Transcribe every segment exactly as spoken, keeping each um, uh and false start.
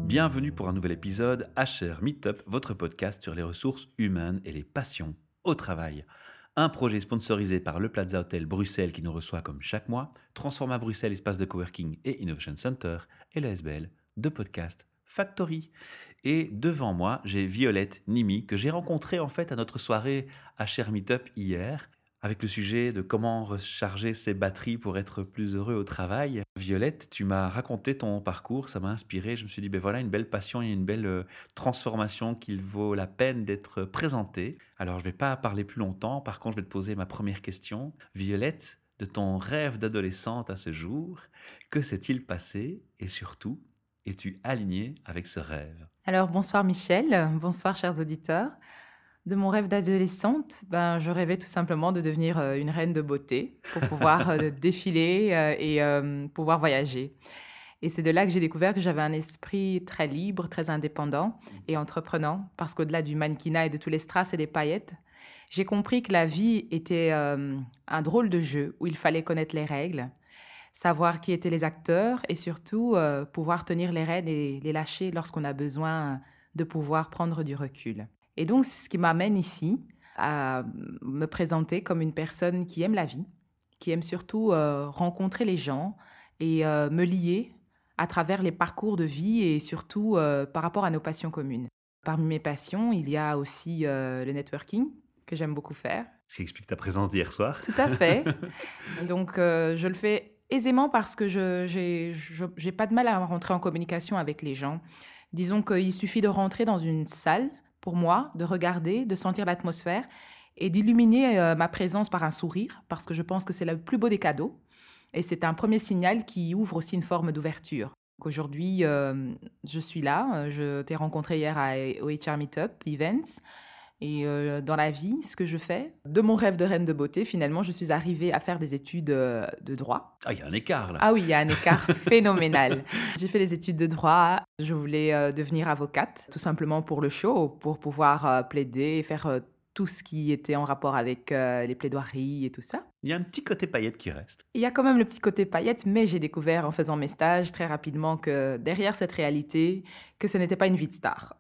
Bienvenue pour un nouvel épisode H R Meetup, votre podcast sur les ressources humaines et les passions au travail. Un projet sponsorisé par le Plaza Hotel Bruxelles qui nous reçoit comme chaque mois, Transforma Bruxelles, espace de coworking et Innovation Center, et le S B L de Podcast Factory. Et devant moi, j'ai Violette Nimi que j'ai rencontrée en fait à notre soirée H R Meetup hier, avec le sujet de comment recharger ses batteries pour être plus heureux au travail. Violette, tu m'as raconté ton parcours, ça m'a inspiré. Je me suis dit, ben voilà, une belle passion et une belle euh, transformation qu'il vaut la peine d'être présentée. Alors, je ne vais pas parler plus longtemps. Par contre, je vais te poser ma première question. Violette, de ton rêve d'adolescente à ce jour, que s'est-il passé? Et surtout, es-tu alignée avec ce rêve? Alors, bonsoir Michel, bonsoir chers auditeurs. De mon rêve d'adolescente, ben, je rêvais tout simplement de devenir euh, une reine de beauté pour pouvoir euh, défiler euh, et euh, pouvoir voyager. Et c'est de là que j'ai découvert que j'avais un esprit très libre, très indépendant et entreprenant, parce qu'au-delà du mannequinat et de tous les strass et des paillettes, j'ai compris que la vie était euh, un drôle de jeu où il fallait connaître les règles, savoir qui étaient les acteurs et surtout euh, pouvoir tenir les rênes et les lâcher lorsqu'on a besoin de pouvoir prendre du recul. Et donc, c'est ce qui m'amène ici à me présenter comme une personne qui aime la vie, qui aime surtout euh, rencontrer les gens et euh, me lier à travers les parcours de vie et surtout euh, par rapport à nos passions communes. Parmi mes passions, il y a aussi euh, le networking que j'aime beaucoup faire. Ce qui explique ta présence d'hier soir. Tout à fait. Donc, euh, je le fais aisément parce que je n'ai pas de mal à rentrer en communication avec les gens. Disons qu'il suffit de rentrer dans une salle, pour moi, de regarder, de sentir l'atmosphère et d'illuminer euh, ma présence par un sourire, parce que je pense que c'est le plus beau des cadeaux. Et c'est un premier signal qui ouvre aussi une forme d'ouverture. Aujourd'hui, euh, je suis là. Je t'ai rencontré hier à, au H R Meetup Events. Et euh, dans la vie, ce que je fais, de mon rêve de reine de beauté, finalement, je suis arrivée à faire des études euh, de droit. Ah, il y a un écart là. Ah oui, il y a un écart phénoménal. J'ai fait des études de droit. Je voulais euh, devenir avocate, tout simplement pour le show, pour pouvoir euh, plaider, faire euh, tout ce qui était en rapport avec euh, les plaidoiries et tout ça. Il y a un petit côté paillette qui reste. Il y a quand même le petit côté paillette, mais j'ai découvert en faisant mes stages très rapidement que derrière cette réalité, que ce n'était pas une vie de star.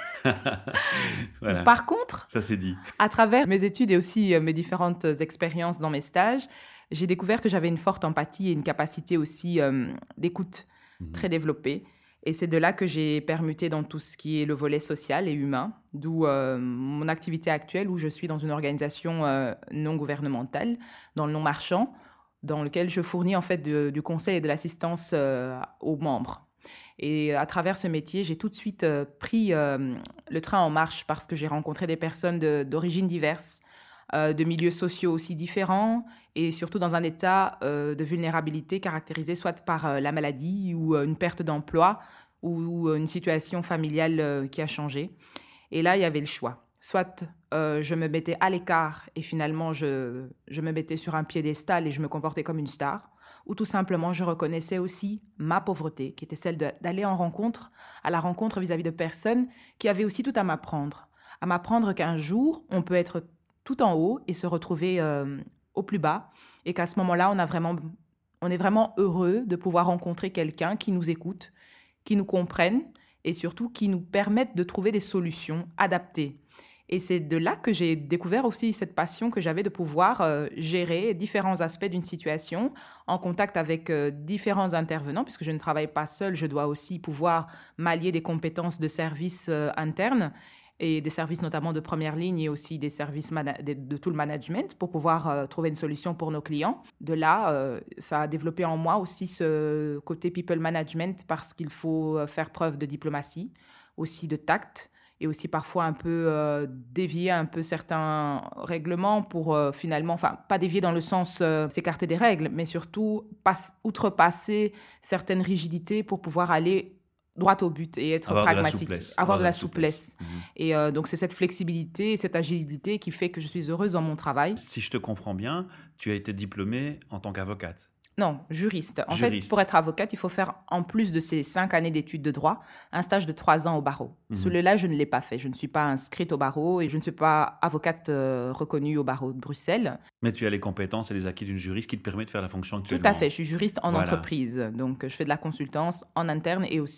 Voilà. Par contre, ça c'est dit. À travers mes études et aussi euh, mes différentes expériences dans mes stages, j'ai découvert que j'avais une forte empathie et une capacité aussi euh, d'écoute mmh. très développée. Et c'est de là que j'ai permuté dans tout ce qui est le volet social et humain, d'où euh, mon activité actuelle où je suis dans une organisation euh, non gouvernementale, dans le non marchand, dans lequel je fournis en fait de, du conseil et de l'assistance euh, aux membres. Et à travers ce métier, j'ai tout de suite euh, pris euh, le train en marche parce que j'ai rencontré des personnes de, d'origines diverses, euh, de milieux sociaux aussi différents et surtout dans un état euh, de vulnérabilité caractérisé soit par euh, la maladie ou euh, une perte d'emploi ou, ou une situation familiale euh, qui a changé. Et là, il y avait le choix. Soit euh, je me mettais à l'écart et finalement je, je me mettais sur un piédestal et je me comportais comme une star, ou tout simplement je reconnaissais aussi ma pauvreté, qui était celle de, d'aller en rencontre, à la rencontre vis-à-vis de personnes qui avaient aussi tout à m'apprendre. À m'apprendre qu'un jour, on peut être tout en haut et se retrouver euh, au plus bas, et qu'à ce moment-là, on, a vraiment, on est vraiment heureux de pouvoir rencontrer quelqu'un qui nous écoute, qui nous comprenne et surtout qui nous permette de trouver des solutions adaptées. Et c'est de là que j'ai découvert aussi cette passion que j'avais de pouvoir euh, gérer différents aspects d'une situation en contact avec euh, différents intervenants, puisque je ne travaille pas seule, je dois aussi pouvoir m'allier des compétences de services euh, internes et des services notamment de première ligne et aussi des services mana- de, de tout le management pour pouvoir euh, trouver une solution pour nos clients. De là, euh, ça a développé en moi aussi ce côté people management parce qu'il faut faire preuve de diplomatie, aussi de tact, et aussi parfois un peu euh, dévier un peu certains règlements pour euh, finalement, enfin pas dévier dans le sens euh, s'écarter des règles, mais surtout pas, outrepasser certaines rigidités pour pouvoir aller droit au but et être avoir pragmatique, de la souplesse, avoir, avoir de la, la souplesse. souplesse. Mmh. Et euh, donc c'est cette flexibilité et cette agilité qui fait que je suis heureuse dans mon travail. Si je te comprends bien, tu as été diplômée en tant qu'avocate. Non, juriste. En juriste. fait, pour être avocate, il faut faire, en plus de ces cinq années d'études de droit, un stage de trois ans au barreau. Mmh. Celui-là, je ne l'ai pas fait. Je ne suis pas inscrite au barreau et je ne suis pas avocate euh, reconnue au barreau de Bruxelles. Mais tu as les compétences et les acquis d'une juriste qui te permettent de faire la fonction actuellement. Tout à fait. Je suis juriste en voilà. entreprise. Donc, je fais de la consultance en interne et aussi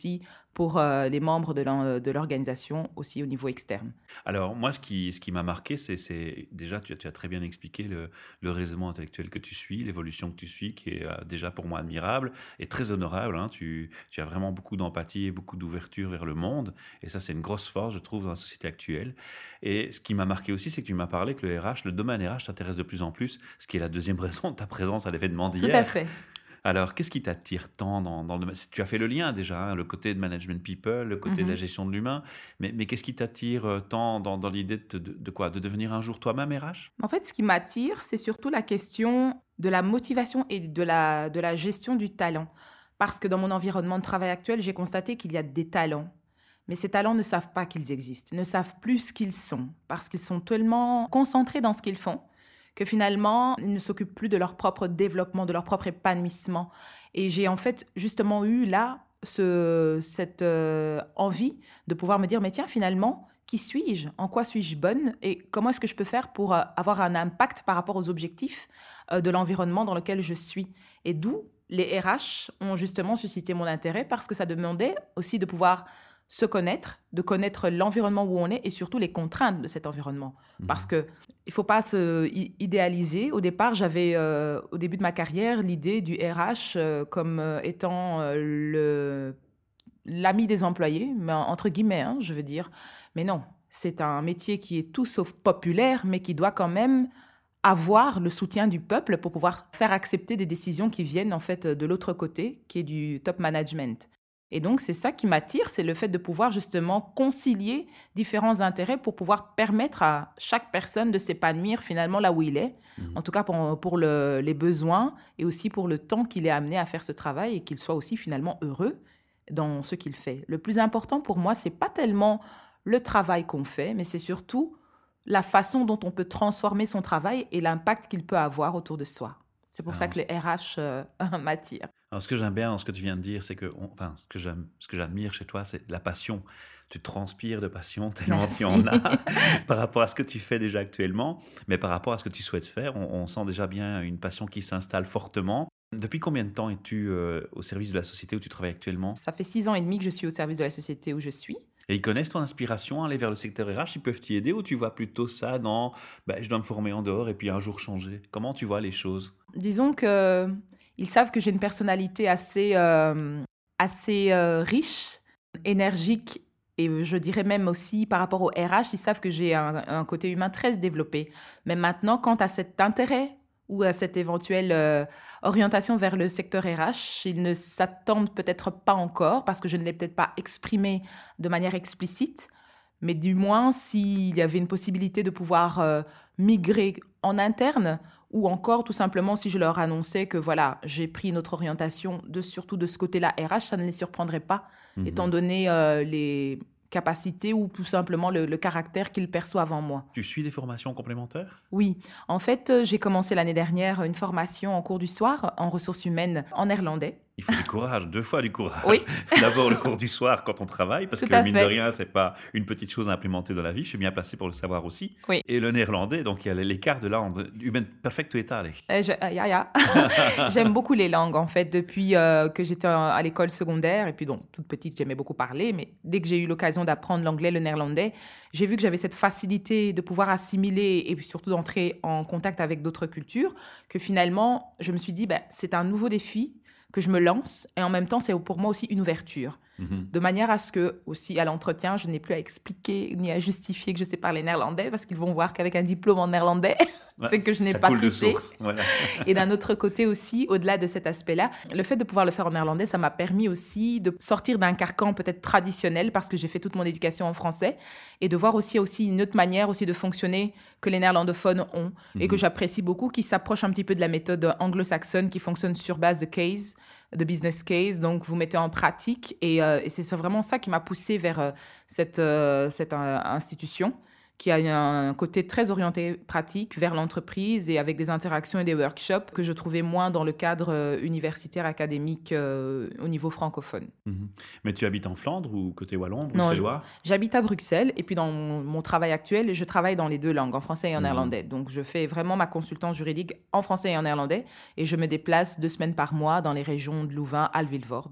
pour euh, les membres de l'en- de l'organisation, aussi au niveau externe. Alors, moi, ce qui, ce qui m'a marqué, c'est, c'est déjà, tu, as tu as très bien expliqué le, le raisonnement intellectuel que tu suis, l'évolution que tu suis, qui est euh, déjà pour moi admirable et très honorable. Hein. Tu, tu as vraiment beaucoup d'empathie et beaucoup d'ouverture vers le monde. Et ça, c'est une grosse force, je trouve, dans la société actuelle. Et ce qui m'a marqué aussi, c'est que tu m'as parlé que le R H, le domaine R H t'intéresse de plus en plus, ce qui est la deuxième raison de ta présence à l'événement Tout à d'hier. fait. Alors, qu'est-ce qui t'attire tant dans, dans le... Tu as fait le lien déjà, hein, le côté de management people, le côté de la Mhm. gestion de l'humain, mais, mais qu'est-ce qui t'attire euh, tant dans, dans l'idée de, de, de quoi? De devenir un jour toi-même R H? En fait, ce qui m'attire, c'est surtout la question de la motivation et de la, de la gestion du talent. Parce que dans mon environnement de travail actuel, j'ai constaté qu'il y a des talents. Mais ces talents ne savent pas qu'ils existent, ne savent plus ce qu'ils sont, parce qu'ils sont tellement concentrés dans ce qu'ils font que finalement, ils ne s'occupent plus de leur propre développement, de leur propre épanouissement. Et j'ai en fait justement eu là ce, cette euh, envie de pouvoir me dire, mais tiens, finalement, qui suis-je? En quoi suis-je bonne? Et comment est-ce que je peux faire pour euh, avoir un impact par rapport aux objectifs euh, de l'environnement dans lequel je suis? Et d'où les R H ont justement suscité mon intérêt, parce que ça demandait aussi de pouvoir se connaître, de connaître l'environnement où on est et surtout les contraintes de cet environnement. Parce Mhm. que il faut pas se i- idéaliser. Au départ, j'avais, euh, au début de ma carrière, l'idée du R H euh, comme euh, étant euh, le l'ami des employés, mais en- entre guillemets, hein, je veux dire. Mais non, c'est un métier qui est tout sauf populaire, mais qui doit quand même avoir le soutien du peuple pour pouvoir faire accepter des décisions qui viennent en fait de l'autre côté, qui est du top management. Et donc, c'est ça qui m'attire, c'est le fait de pouvoir justement concilier différents intérêts pour pouvoir permettre à chaque personne de s'épanouir finalement là où il est, en Mhm. tout cas pour, pour le- les besoins et aussi pour le temps qu'il est amené à faire ce travail et qu'il soit aussi finalement heureux dans ce qu'il fait. Le plus important pour moi, c'est pas tellement le travail qu'on fait, mais c'est surtout la façon dont on peut transformer son travail et l'impact qu'il peut avoir autour de soi. C'est pour ça Alors, que les R H euh, m'attirent. alors, ce que j'aime bien dans ce que tu viens de dire, c'est que, on- enfin, ce que j'aime, ce que j'admire chez toi, c'est la passion. Tu transpires de passion tellement tu en Merci. as par rapport à ce que tu fais déjà actuellement, mais par rapport à ce que tu souhaites faire, on, on sent déjà bien une passion qui s'installe fortement. Depuis combien de temps es-tu euh, au service de la société où tu travailles actuellement? Ça fait six ans et demi que je suis au service de la société où je suis. Et ils connaissent ton inspiration à aller vers le secteur R H, ils peuvent t'y aider ou tu vois plutôt ça dans ben, je dois me former en dehors et puis un jour changer? Comment tu vois les choses? Disons que ils savent que j'ai une personnalité assez, euh, assez euh, riche, énergique, et euh, je dirais même aussi par rapport au R H, ils savent que j'ai un, un côté humain très développé. Mais maintenant, quant à cet intérêt ou à cette éventuelle euh, orientation vers le secteur R H, ils ne s'attendent peut-être pas encore parce que je ne l'ai peut-être pas exprimé de manière explicite. Mais du moins, s'il y avait une possibilité de pouvoir euh, migrer en interne, ou encore tout simplement si je leur annonçais que voilà, j'ai pris notre orientation de surtout de ce côté-là R H, ça ne les surprendrait pas, étant Mhm. donné euh, les capacités ou tout simplement le, le caractère qu'ils perçoivent en moi. Tu suis des formations complémentaires? Oui, en fait, euh, j'ai commencé l'année dernière une formation en cours du soir en ressources humaines en néerlandais. Il faut du courage, deux fois du courage. Oui, D'abord le cours du soir quand on travaille, parce tout que à mine de fait. rien, c'est pas une petite chose à implémenter dans la vie. Je suis bien placé pour le savoir aussi. Oui. Et le néerlandais, donc il y a l'écart de là, du ben perfecto etale. Euh, je- euh, ya, ya. J'aime beaucoup les langues, en fait, depuis euh, que j'étais en- à l'école secondaire. Et puis, donc, toute petite, j'aimais beaucoup parler. Mais dès que j'ai eu l'occasion d'apprendre l'anglais, le néerlandais, j'ai vu que j'avais cette facilité de pouvoir assimiler et puis surtout d'entrer en contact avec d'autres cultures, que finalement, je me suis dit, ben, c'est un nouveau défi que je me lance. Et en même temps, c'est pour moi aussi une ouverture. Mhm. De manière à ce que, aussi à l'entretien, je n'ai plus à expliquer ni à justifier que je sais parler néerlandais, parce qu'ils vont voir qu'avec un diplôme en néerlandais, Ouais, c'est que je n'ai ça pas coule de triché. source. Voilà. Et d'un autre côté aussi, au-delà de cet aspect-là, le fait de pouvoir le faire en néerlandais, ça m'a permis aussi de sortir d'un carcan peut-être traditionnel, parce que j'ai fait toute mon éducation en français, et de voir aussi, aussi une autre manière aussi de fonctionner que les néerlandophones ont, et que Mhm. j'apprécie beaucoup, qui s'approche un petit peu de la méthode anglo-saxonne, qui fonctionne sur base de case, de business case. Donc, vous mettez en pratique, et, euh, et c'est c'est vraiment ça qui m'a poussée vers euh, cette, euh, cette euh, institution, qui a un côté très orienté pratique vers l'entreprise et avec des interactions et des workshops que je trouvais moins dans le cadre euh, universitaire académique euh, au niveau francophone. Mhm. Mais tu habites en Flandre ou côté wallon, Non, je- bruxellois? j'habite à Bruxelles et puis dans mon, mon travail actuel, je travaille dans les deux langues, en français et en Mhm. néerlandais. Donc, je fais vraiment ma consultance juridique en français et en néerlandais et je me déplace deux semaines par mois dans les régions de Louvain, Alvilvoorde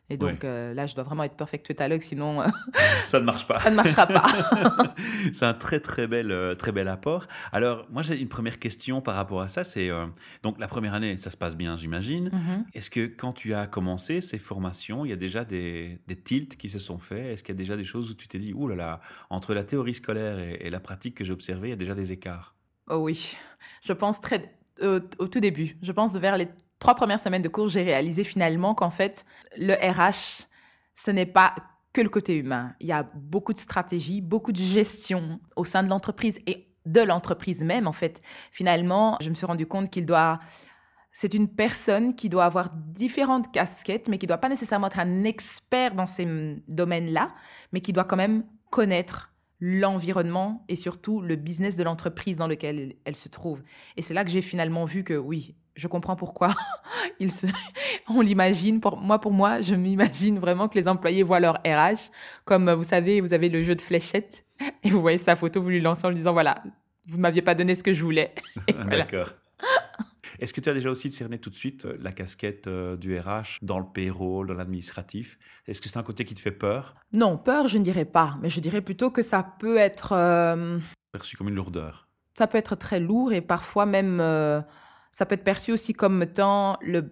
Et donc Oui. euh, là, je dois vraiment être perfect catalogue, sinon euh, Ça ne marche pas. ça ne marchera pas. C'est un très très bel, euh, très bel apport. Alors, moi j'ai une première question par rapport à ça. C'est euh, donc la première année, ça se passe bien, j'imagine. Mhm. Est-ce que quand tu as commencé ces formations, il y a déjà des, des tilts qui se sont faits? Est-ce qu'il y a déjà des choses où tu t'es dit, ouh là là, entre la théorie scolaire et, et la pratique que j'ai observée, il y a déjà des écarts? Oh oui, je pense très au, au tout début. Je pense vers les trois premières semaines de cours, j'ai réalisé finalement qu'en fait, le R H, ce n'est pas que le côté humain. Il y a beaucoup de stratégies, beaucoup de gestion au sein de l'entreprise et de l'entreprise même. En fait, finalement, je me suis rendu compte qu'il doit... C'est une personne qui doit avoir différentes casquettes, mais qui ne doit pas nécessairement être un expert dans ces mm, domaines-là, mais qui doit quand même connaître l'environnement et surtout le business de l'entreprise dans lequel elle, elle se trouve. Et c'est là que j'ai finalement vu que oui, je comprends pourquoi il se... on l'imagine. Pour moi, pour moi, je m'imagine vraiment que les employés voient leur R H comme, vous savez, vous avez le jeu de fléchettes et vous voyez sa photo, vous lui lancez en lui disant, voilà, vous ne m'aviez pas donné ce que je voulais. Et voilà. D'accord. Est-ce que tu as déjà aussi cerné tout de suite euh, la casquette euh, du R H dans le payroll, dans l'administratif? Est-ce que c'est un côté qui te fait peur, Non, peur, je ne dirais pas, mais je dirais plutôt que ça peut être, euh, perçu comme une lourdeur? ça peut être très lourd et parfois même, euh, ça peut être perçu aussi comme étant le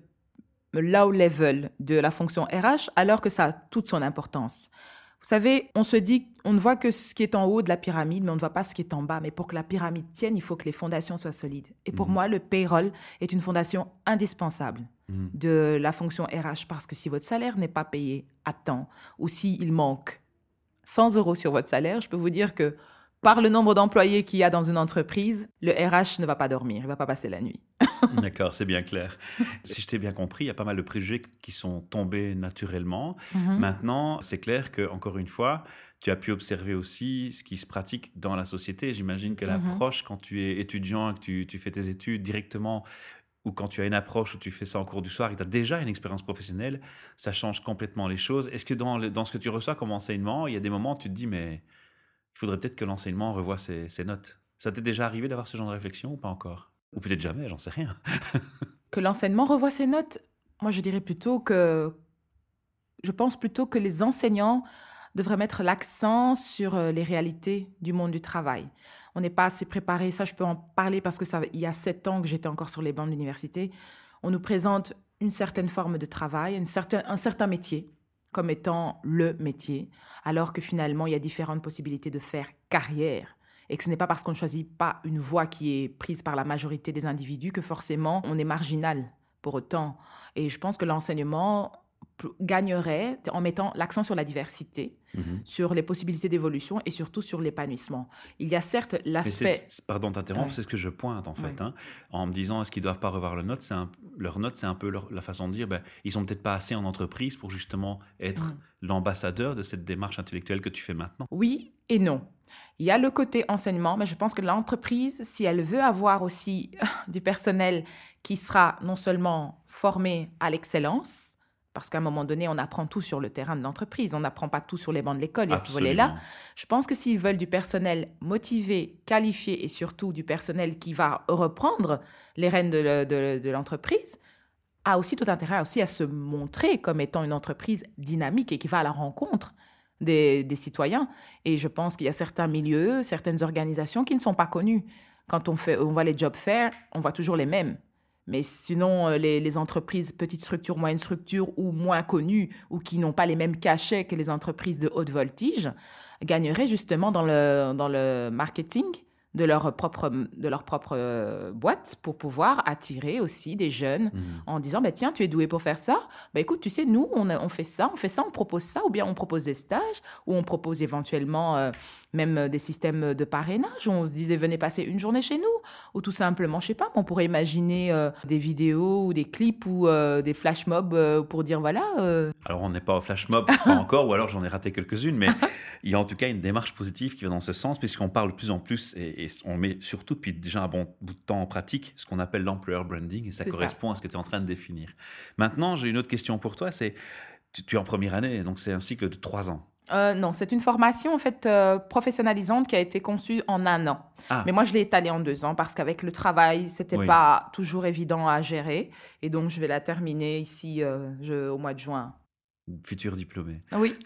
low level de la fonction R H, alors que ça a toute son importance. Vous savez, on se dit, on ne voit que ce qui est en haut de la pyramide, mais on ne voit pas ce qui est en bas. Mais pour que la pyramide tienne, il faut que les fondations soient solides. Et pour Mhm. moi, le payroll est une fondation indispensable Mhm. de la fonction R H, parce que si votre salaire n'est pas payé à temps, ou s'il manque cent euros sur votre salaire, je peux vous dire que par le nombre d'employés qu'il y a dans une entreprise, le R H ne va pas dormir, il ne va pas passer la nuit. D'accord, c'est bien clair. Si je t'ai bien compris, il y a pas mal de préjugés qui sont tombés naturellement. Mhm. Maintenant, c'est clair que, encore une fois, tu as pu observer aussi ce qui se pratique dans la société. J'imagine que Mhm. l'approche, quand tu es étudiant et que tu, tu fais tes études directement, ou quand tu as une approche où tu fais ça en cours du soir et que tu as déjà une expérience professionnelle, ça change complètement les choses. Est-ce que dans, le- dans ce que tu reçois comme enseignement, il y a des moments où tu te dis, mais il faudrait peut-être que l'enseignement revoie ses, ses notes? Ça t'est déjà arrivé d'avoir ce genre de réflexion ou pas encore? Ou peut-être jamais, j'en sais rien. Que l'enseignement revoie ses notes, moi je dirais plutôt que, je pense plutôt que les enseignants devraient mettre l'accent sur euh, les réalités du monde du travail. On n'est pas assez préparé, ça je peux en parler parce que ça, il y a sept ans que j'étais encore sur les bancs de l'université. On nous présente une certaine forme de travail, une certain, un certain métier comme étant le métier, alors que finalement il y a différentes possibilités de faire carrière. Et que ce n'est pas parce qu'on ne choisit pas une voie qui est prise par la majorité des individus que forcément on est marginal pour autant. Et je pense que l'enseignement p- gagnerait en mettant l'accent sur la diversité, Mhm. sur les possibilités d'évolution et surtout sur l'épanouissement. Il y a certes Mais c'est, l'aspect... c'est- pardon de t'interrompre, Ouais. c'est ce que je pointe en fait. Ouais. Hein, en me disant, est-ce qu'ils doivent pas revoir leur note? C'est un- leur note, c'est un peu leur- la façon de dire, ben, ils sont peut-être pas assez en entreprise pour justement être Mm. l'ambassadeur de cette démarche intellectuelle que tu fais maintenant. Oui et non. Il y a le côté enseignement, mais je pense que l'entreprise, si elle veut avoir aussi du personnel qui sera non seulement formé à l'excellence, parce qu'à un moment donné, on apprend tout sur le terrain de l'entreprise, on n'apprend pas tout sur les bancs de l'école, il y a ce volet-là. Absolument. Je pense que s'ils veulent du personnel motivé, qualifié et surtout du personnel qui va reprendre les rênes de, le- de- de l'entreprise, a aussi tout intérêt aussi à se montrer comme étant une entreprise dynamique et qui va à la rencontre des, des citoyens. Et je pense qu'il y a certains milieux, certaines organisations qui ne sont pas connues. Quand on, fait, on voit les job fairs, on voit toujours les mêmes. Mais sinon, euh, les, les entreprises petites structures, moyennes structures ou moins connues ou qui n'ont pas les mêmes cachets que les entreprises de haute voltige gagneraient justement dans le, dans le marketing de leur propre, de leur propre euh, boîte pour pouvoir attirer aussi des jeunes Mhm. en disant bah, tiens, tu es doué pour faire ça. Bah, écoute, tu sais, nous, on, a- on fait ça, on fait ça, on propose ça, ou bien on propose des stages, ou on propose éventuellement euh, même euh, des systèmes de parrainage. On se disait venez passer une journée chez nous, ou tout simplement, je sais pas, on pourrait imaginer euh, des vidéos ou des clips ou euh, des flash mobs euh, pour dire voilà. euh, Alors, on n'est pas au flash mob, pas encore, ou alors j'en ai raté quelques-unes, mais il y a en tout cas une démarche positive qui va dans ce sens, puisqu'on parle de plus en plus, et, et on met surtout depuis déjà un bon bout de temps en pratique, ce qu'on appelle l'employer branding, et ça C'est ça. correspond à ce que tu es en train de définir. Maintenant, j'ai une autre question pour toi, c'est, tu, tu es en première année, donc c'est un cycle de trois ans. Euh, non, c'est une formation en fait euh, professionnalisante qui a été conçue en un an. Ah, Mais moi, je l'ai étalée en deux ans parce qu'avec le travail, c'était Oui. pas toujours évident à gérer. Et donc, je vais la terminer ici euh, je- au mois de juin. Futur diplômé. Oui.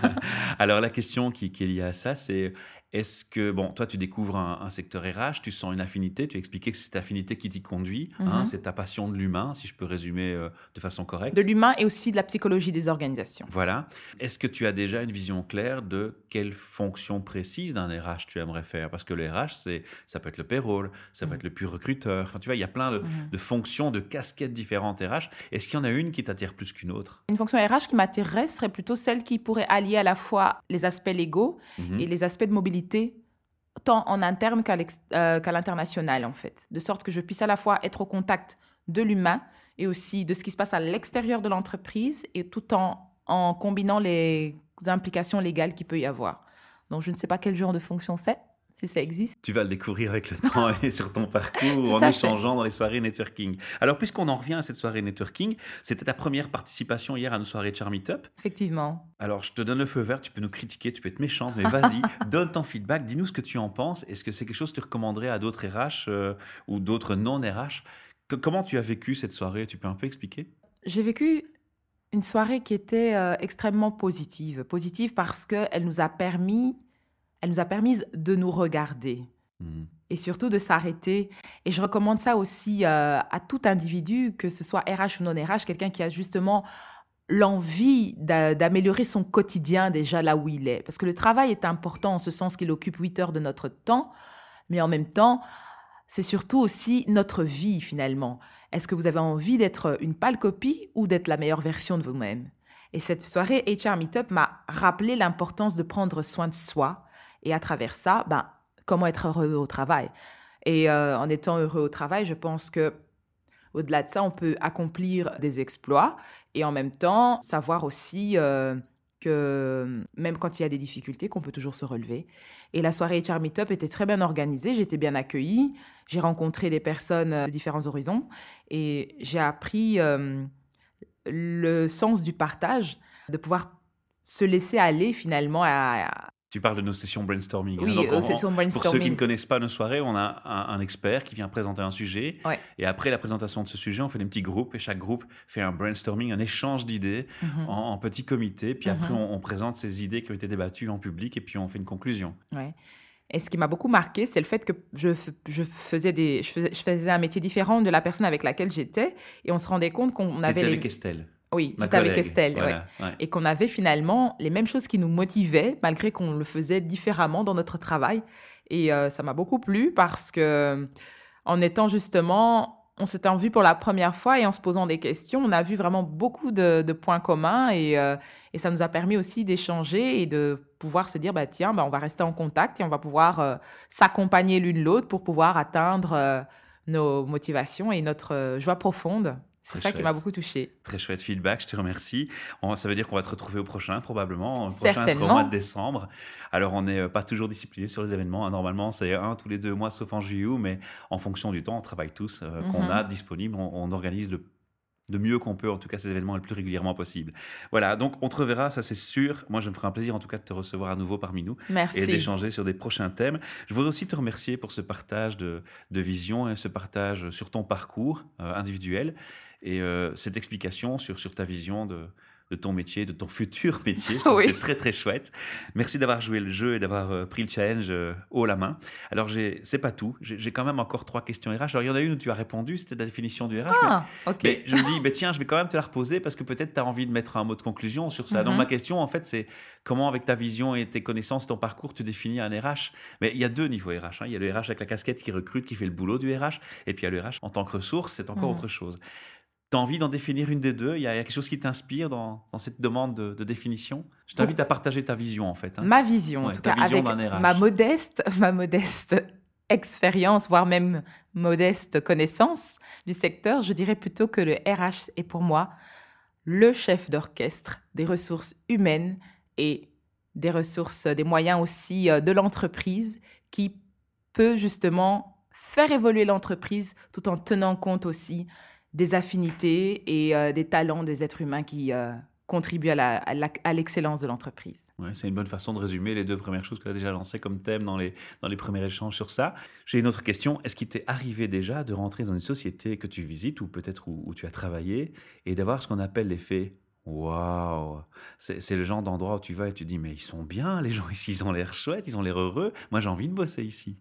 Alors la question qui, qui est liée à ça, c'est est-ce que, bon, toi tu découvres un, un secteur R H, tu sens une affinité, tu expliquais que c'est cette affinité qui t'y conduit, hein, Mhm. c'est ta passion de l'humain, si je peux résumer euh, de façon De correcte. l'humain et aussi de la psychologie des organisations. Voilà. Est-ce que tu as déjà une vision claire de quelle fonction précise d'un R H tu aimerais faire? Parce que le R H, c'est, ça peut être le payroll, ça peut Mhm. être le pur recruteur. Enfin, tu vois, il y a plein de, Mhm. de fonctions, de casquettes différentes R H. Est-ce qu'il y en a une qui t'attire plus qu'une autre? Une fonction R H qui m'attirerait serait plutôt celle qui pourrait allier à la fois les aspects légaux et Mhm. les aspects de mobilité, tant en interne qu'à l'ex- euh, qu'à l'international, en fait. De sorte que je puisse à la fois être au contact de l'humain et aussi de ce qui se passe à l'extérieur de l'entreprise, et tout en, en combinant les implications légales qu'il peut y avoir. Donc, je ne sais pas quel genre de fonction c'est, si ça existe. Tu vas le découvrir avec le temps et sur ton parcours Tout en à fait. échangeant dans les soirées networking. Alors, puisqu'on en revient à cette soirée networking, c'était ta première participation hier à nos soirées Charm Meetup. Effectivement. Alors, je te donne le feu vert, tu peux nous critiquer, tu peux être méchante, mais vas-y, donne ton feedback, dis-nous ce que tu en penses. Est-ce que c'est quelque chose que tu recommanderais à d'autres R H euh, ou d'autres non-R H? Que- Comment tu as vécu cette soirée? Tu peux un peu expliquer? J'ai vécu une soirée qui était euh, extrêmement positive. Positive parce qu'elle nous a permis, elle nous a permis de nous regarder Mhm. et surtout de s'arrêter. Et je recommande ça aussi euh, à tout individu, que ce soit R H ou non R H, quelqu'un qui a justement l'envie d'a- d'améliorer son quotidien déjà là où il est. Parce que le travail est important en ce sens qu'il occupe huit heures de notre temps, mais en même temps, c'est surtout aussi notre vie finalement. Est-ce que vous avez envie d'être une pâle copie ou d'être la meilleure version de vous-même? Et cette soirée H R Meetup m'a rappelé l'importance de prendre soin de soi et à travers ça, ben, comment être heureux au travail. Et euh, en étant heureux au travail, je pense que au-delà de ça, on peut accomplir des exploits et en même temps savoir aussi euh, que même quand il y a des difficultés, qu'on peut toujours se relever. Et la soirée H R Meetup était très bien organisée, j'étais bien accueillie, j'ai rencontré des personnes euh, de différents horizons et j'ai appris euh, le sens du partage, de pouvoir se laisser aller finalement à... à- Tu parles de nos sessions brainstorming, hein. oui, Donc, on- aux on- sessions pour ceux qui ne brainstorming. connaissent pas nos soirées, on a un, un expert qui vient présenter un sujet. Ouais. Et après la présentation de ce sujet, on fait des petits groupes. Et chaque groupe fait un brainstorming, un échange d'idées Mhm. en, en petits comités. Puis après, Mhm. on, on présente ces idées qui ont été débattues en public. Et puis, on fait une conclusion. Ouais. Et ce qui m'a beaucoup marqué, c'est le fait que je, f- je, faisais des, je, faisais, je faisais un métier différent de la personne avec laquelle j'étais. Et on se rendait compte qu'on Tu avait étais les... avec Estelle, Oui, ma j'étais avec collègue. Estelle, ouais. Voilà, ouais. Et qu'on avait finalement les mêmes choses qui nous motivaient, malgré qu'on le faisait différemment dans notre travail. Et euh, ça m'a beaucoup plu parce que, en étant justement, on s'était vu pour la première fois et en se posant des questions, on a vu vraiment beaucoup de, de points communs et, euh, et ça nous a permis aussi d'échanger et de pouvoir se dire, bah, tiens, bah, on va rester en contact et on va pouvoir euh, s'accompagner l'une l'autre pour pouvoir atteindre euh, nos motivations et notre euh, joie profonde. C'est Très ça qui m'a chouette. beaucoup touchée. Très chouette feedback, je te remercie. On- ça veut dire qu'on va te retrouver au prochain, probablement. Le prochain sera au Certainement. mois de décembre. Alors, on n'est euh, pas toujours discipliné sur les événements, hein. Normalement, c'est un tous les deux mois, sauf en juillet, mais en fonction du temps, on travaille tous, euh, qu'on Mhm. a disponible. On, on organise le, de mieux qu'on peut, en tout cas, ces événements le plus régulièrement possible. Voilà, donc on te reverra, ça c'est sûr. Moi, je me ferai un plaisir, en tout cas, de te recevoir à nouveau parmi nous et Merci. d'échanger sur des prochains thèmes. Je voudrais aussi te remercier pour ce partage de, de vision et ce partage sur ton parcours euh, individuel et euh, cette explication sur, sur ta vision de, de ton métier, de ton futur métier. Je trouve Oui. que c'est très très chouette. Merci d'avoir joué le jeu et d'avoir euh, pris le challenge euh, haut la main. Alors, j'ai, c'est pas tout. J'ai, j'ai quand même encore trois questions R H. Alors, il y en a une où tu as répondu, c'était la définition du R H. Ah, ok. Mais, mais je me dis, bah, tiens, je vais quand même te la reposer parce que peut-être tu as envie de mettre un mot de conclusion sur ça. Donc, Mhm. ma question, en fait, c'est comment, avec ta vision et tes connaissances, ton parcours, tu définis un R H. Mais il y a deux niveaux R H, hein. Il y a le R H avec la casquette qui recrute, qui fait le boulot du R H. Et puis, il y a le R H en tant que ressource, c'est encore Mhm. autre chose. Tu as envie d'en définir une des deux? Il y, a il y a quelque chose qui t'inspire dans, dans cette demande de, de définition? Je t'invite à partager ta vision, en fait, hein. Ma vision, en Ouais, tout ta cas, vision avec d'un R H. ma modeste, ma modeste expérience, voire même modeste connaissance du secteur, je dirais plutôt que le R H est pour moi le chef d'orchestre des ressources humaines et des ressources, des moyens aussi euh, de l'entreprise qui peut justement faire évoluer l'entreprise tout en tenant compte aussi des affinités et euh, des talents des êtres humains qui euh, contribuent à, la- à la- à l'excellence de l'entreprise. Ouais, c'est une bonne façon de résumer les deux premières choses que tu as déjà lancées comme thème dans les, dans les premiers échanges sur ça. J'ai une autre question. Est-ce qu'il t'est arrivé déjà de rentrer dans une société que tu visites ou peut-être où, où tu as travaillé et d'avoir ce qu'on appelle l'effet Waouh! C'est c'est le genre d'endroit où tu vas et tu dis: «Mais ils sont bien les gens ici, ils ont l'air chouettes, ils ont l'air heureux. Moi, j'ai envie de bosser ici».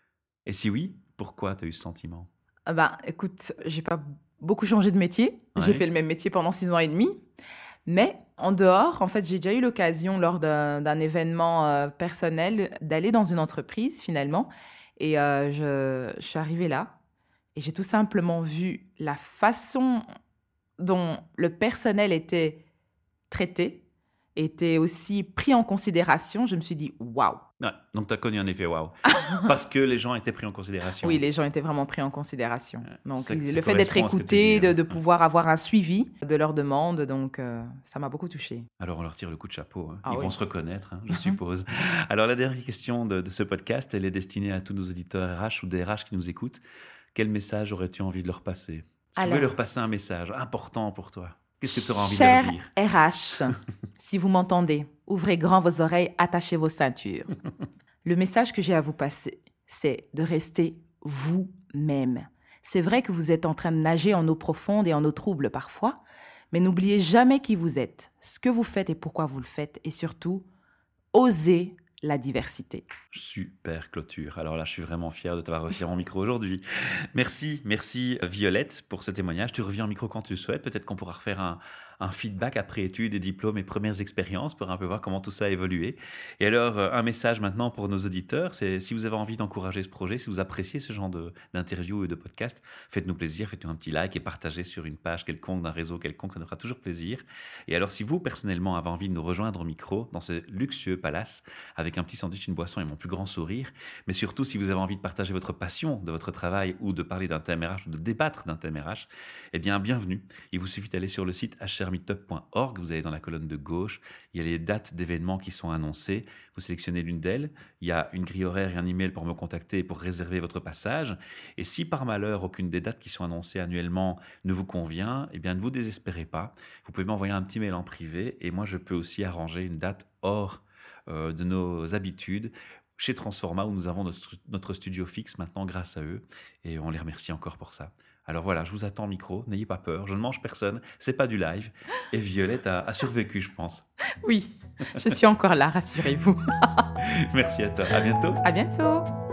Et si oui, pourquoi tu as eu ce sentiment? Ah bah, écoute, j'ai pas beaucoup changé de métier. J'ai Ouais, fait le même métier pendant six ans et demi. Mais en dehors, en fait, j'ai déjà eu l'occasion lors d'un d'un événement euh, personnel d'aller dans une entreprise finalement. Et euh, je, je suis arrivée là et j'ai tout simplement vu la façon dont le personnel était traité, était aussi pris en considération. Je me suis dit, waouh! ouais, donc tu as connu un effet waouh! Parce que les gens étaient pris en Oui, considération. les gens étaient vraiment pris en considération. Ouais, Donc, ça ça le fait d'être correspond à ce que tu dis, écouté, de, hein. de Ouais. pouvoir avoir un suivi de leurs demandes, donc euh, ça m'a beaucoup touchée. Alors on leur tire le coup de chapeau, hein. Ah Ils vont oui. se reconnaître, hein, je suppose. Alors la dernière question de de ce podcast, elle est destinée à tous nos auditeurs R H ou des R H qui nous écoutent. Quel message aurais-tu envie de leur passer? Si tu pouvais leur Alors, passer un message important pour toi, qu'est-ce que tu aurais envie de leur cher dire? R H, si vous m'entendez, ouvrez grand vos oreilles, attachez vos ceintures. Le message que j'ai à vous passer, c'est de rester vous-même. C'est vrai que vous êtes en train de nager en eau profonde et en eau trouble parfois, mais n'oubliez jamais qui vous êtes, ce que vous faites et pourquoi vous le faites, et surtout, osez la diversité. Super clôture. Alors là, je suis vraiment fier de t'avoir reçu en micro aujourd'hui. Merci, merci Violette pour ce témoignage. Tu reviens en micro quand tu le souhaites. Peut-être qu'on pourra refaire un, un feedback après études et diplômes et premières expériences pour un peu voir comment tout ça a évolué. Et alors, euh, un message maintenant pour nos auditeurs, c'est si vous avez envie d'encourager ce projet, si vous appréciez ce genre de- d'interview et de podcast, faites-nous plaisir, faites-nous un petit like et partagez sur une page quelconque, d'un réseau quelconque, ça nous fera toujours plaisir. Et alors, si vous, personnellement, avez envie de nous rejoindre au micro dans ce luxueux palace, avec un petit sandwich, une boisson et mon plus grand sourire, mais surtout si vous avez envie de partager votre passion de votre travail ou de parler d'un thème R H ou de débattre d'un thème R H, eh bien bienvenue. Il vous suffit d'aller sur le site h r meetup point org, vous allez dans la colonne de gauche, il y a les dates d'événements qui sont annoncées, vous sélectionnez l'une d'elles, il y a une grille horaire et un email pour me contacter et pour réserver votre passage, et si par malheur aucune des dates qui sont annoncées annuellement ne vous convient, eh bien ne vous désespérez pas, vous pouvez m'envoyer un petit mail en privé et moi je peux aussi arranger une date hors euh, de nos habitudes chez Transforma où nous avons notre, notre studio fixe maintenant grâce à eux et on les remercie encore pour ça. Alors voilà, je vous attends au micro, n'ayez pas peur, je ne mange personne, c'est pas du live et Violette a, a survécu je pense. Oui, je suis encore là, rassurez-vous. Merci à toi, à bientôt. À bientôt.